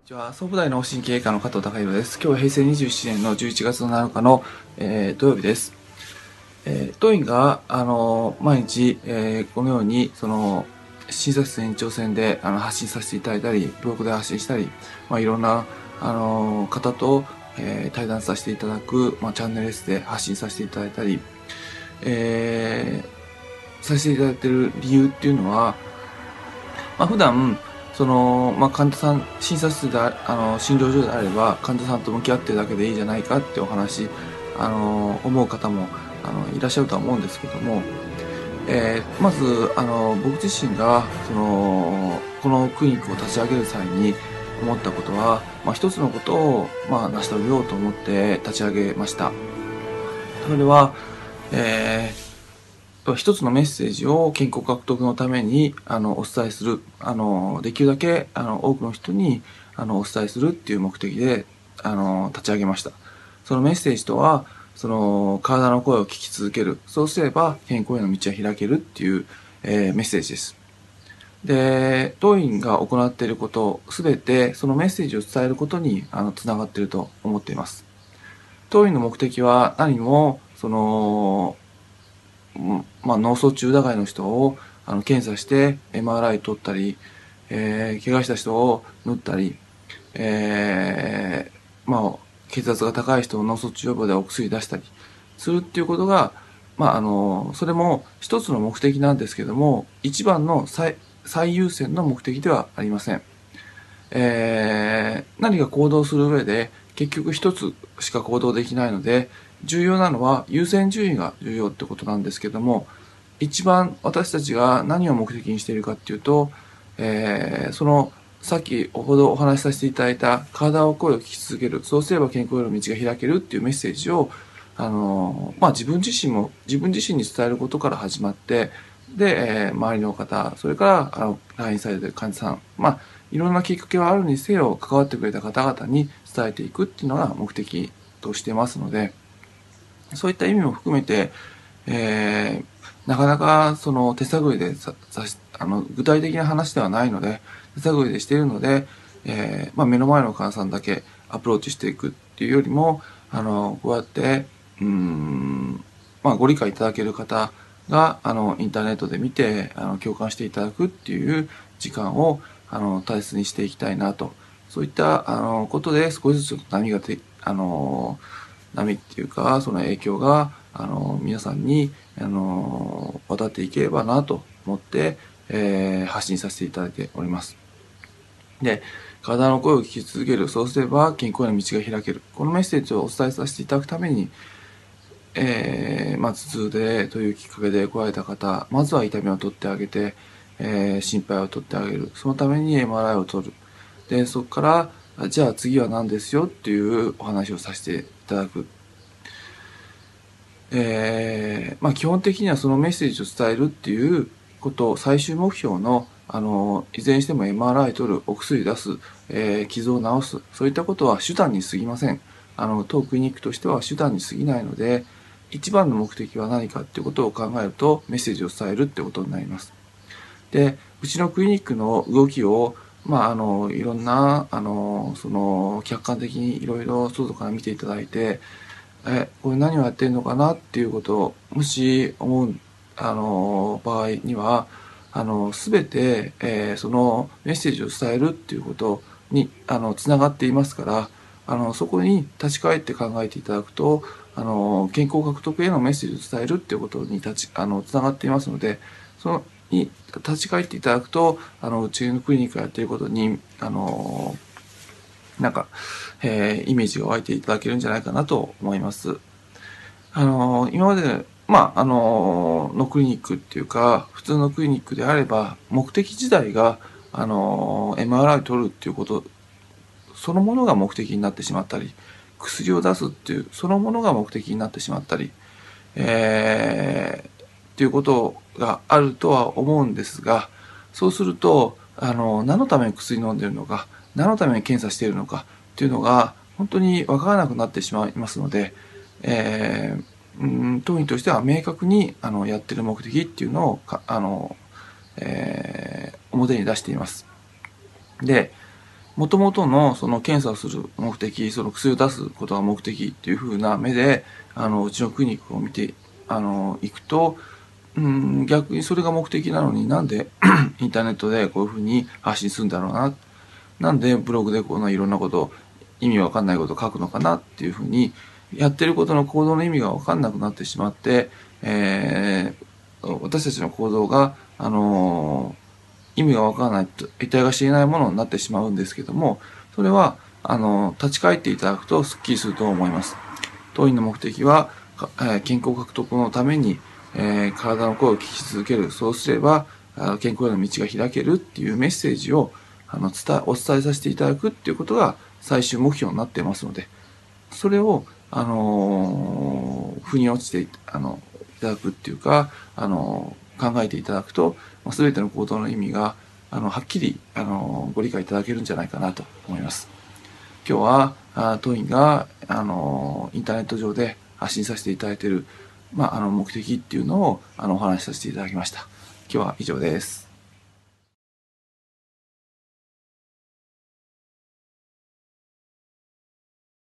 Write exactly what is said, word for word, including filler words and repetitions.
ちは、総武大脳神経外科の加藤孝弘です。今日は平成にじゅうななねんのじゅういちがつのなのかの、えー土曜日です。えー当院が、あの毎日、えーこのように、その、診察室延長線であの発信させていただいたり、ブログで発信したり、まあ、いろんな、あの方と、えー対談させていただく、まあ、チャンネル S で発信させていただいたり、えーさせていただいている理由っていうのは、まあ、普段、その、まあ、患者さん、診察室であ、あの、診療所であれば、患者さんと向き合ってるだけでいいじゃないかってお話、あの、思う方も、あの、いらっしゃるとは思うんですけども、えーまず、あの、僕自身が、その、このクリニックを立ち上げる際に思ったことは、まあ、一つのことを、まあ、成し遂げようと思って立ち上げました。それは、えー一つのメッセージを健康獲得のためにあのお伝えする、あのできるだけあの多くの人にあのお伝えするっていう目的であの立ち上げました。そのメッセージとは、その体の声を聞き続ける、そうすれば健康への道は開けるっていう、えーメッセージです。で、当院が行っていることすべてそのメッセージを伝えることにあのつながっていると思っています。当院の目的は何もそのまあ、脳卒中疑いの人をあの検査して エムアールアイ 取ったり、えー、怪我した人を縫ったり、えー、まあ、血圧が高い人を脳卒中予防でお薬出したりするっていうことが、まあ、あの、それも一つの目的なんですけども、一番の最、最優先の目的ではありません。えー、何か行動する上で結局一つしか行動できないので、重要なのは優先順位が重要ってことなんですけども、一番私たちが何を目的にしているかっていうと、えー、そのさっきほどお話しさせていただいた体を声を聞き続ける、そうすれば健康への道が開けるっていうメッセージを、あのまあ、自分自身も自分自身に伝えることから始まって、で、えー周りの方、それからあの来院されている患者さん、まあ、いろんなきっかけはあるにせよ関わってくれた方々に伝えていくっていうのが目的としてますので、そういった意味も含めて、えーなかなかその手探りでささあの具体的な話ではないので、手探りでしているので、えーまあ、目の前の患者さんだけアプローチしていくっていうよりも、あのこうやってうーん、まあ、ご理解いただける方があのインターネットで見てあの共感していただくっていう時間をあの大切にしていきたいなと、そういったあのことで少しずつ波がてあの波っていうか、その影響があの皆さんにあの渡っていければなと思って、えー発信させていただいております。で、体の声を聞き続ける、そうすれば健康への道が開ける、このメッセージをお伝えさせていただくために、えーまあ、頭痛でというきっかけで来られた方、まずは痛みを取ってあげて、えー心配を取ってあげる、そのために エムアールアイ を取る。で、そこから、じゃあ次は何ですよっていうお話をさせていただく。えーまあ、基本的にはそのメッセージを伝えるっていうことを最終目標の、あの、いずれにしても エムアールアイ 取る、お薬出す、えー傷を治す、そういったことは手段に過ぎません。あの、当クリニックとしては手段に過ぎないので、一番の目的は何かっていうことを考えると、メッセージを伝えるってことになります。で、うちのクリニックの動きを、まあ、あの、いろんな、あの、その、客観的にいろいろ外から見ていただいて、え、これ何をやってるのかなっていうことを、もし思う、あの、場合には、あの、すべて、えーそのメッセージを伝えるっていうことに、あの、つながっていますから、あの、そこに立ち返って考えていただくと、あの、健康獲得へのメッセージを伝えるっていうことに立ち、あの、つながっていますので、その、に立ち返っていただくと、あの、うちのクリニックがやっていることに、あの、なんか、えーイメージが湧いていただけるんじゃないかなと思います。あのー今まで、まあ、あのーのクリニックっていうか、普通のクリニックであれば、目的自体が、あのー エムアールアイ 取るっていうこと、そのものが目的になってしまったり、薬を出すっていう、そのものが目的になってしまったり、えーっていうことがあるとは思うんですが、そうすると、あの、何のために薬飲んでるのか、何のために検査しているのかっていうのが、本当にわからなくなってしまいますので、えー、うん当院としては明確に、あの、やってる目的っていうのをか、あの、えー表に出しています。で、 もともとのその検査をする目的、その薬を出すことが目的っていう風な目で、あの、うちのクリニックを見て、あの、行くと、うん、逆にそれが目的なのになんでインターネットでこういう風に発信するんだろうな。なんでブログでこんないろんなこと、意味わかんないことを書くのかなっていう風に、やってることの行動の意味がわかんなくなってしまって、えー、私たちの行動が、あのー意味がわからないと、得体が知れないものになってしまうんですけども、それは、あの、立ち返っていただくとスッキリすると思います。当院の目的は、えー健康獲得のために、えー体の声を聞き続ける。そうすれば、あの健康への道が開けるっていうメッセージを、あの、伝え、お伝えさせていただくっていうことが最終目標になっていますので、それを、あのー、腑に落ちて、あの、いただくっていうか、あのー、考えていただくと、すべての行動の意味が、あの、はっきり、あのー、ご理解いただけるんじゃないかなと思います。今日は、あ当院が、あのー、インターネット上で発信させていただいている、まあ、あの、目的っていうのを、あの、お話しさせていただきました。今日は以上です。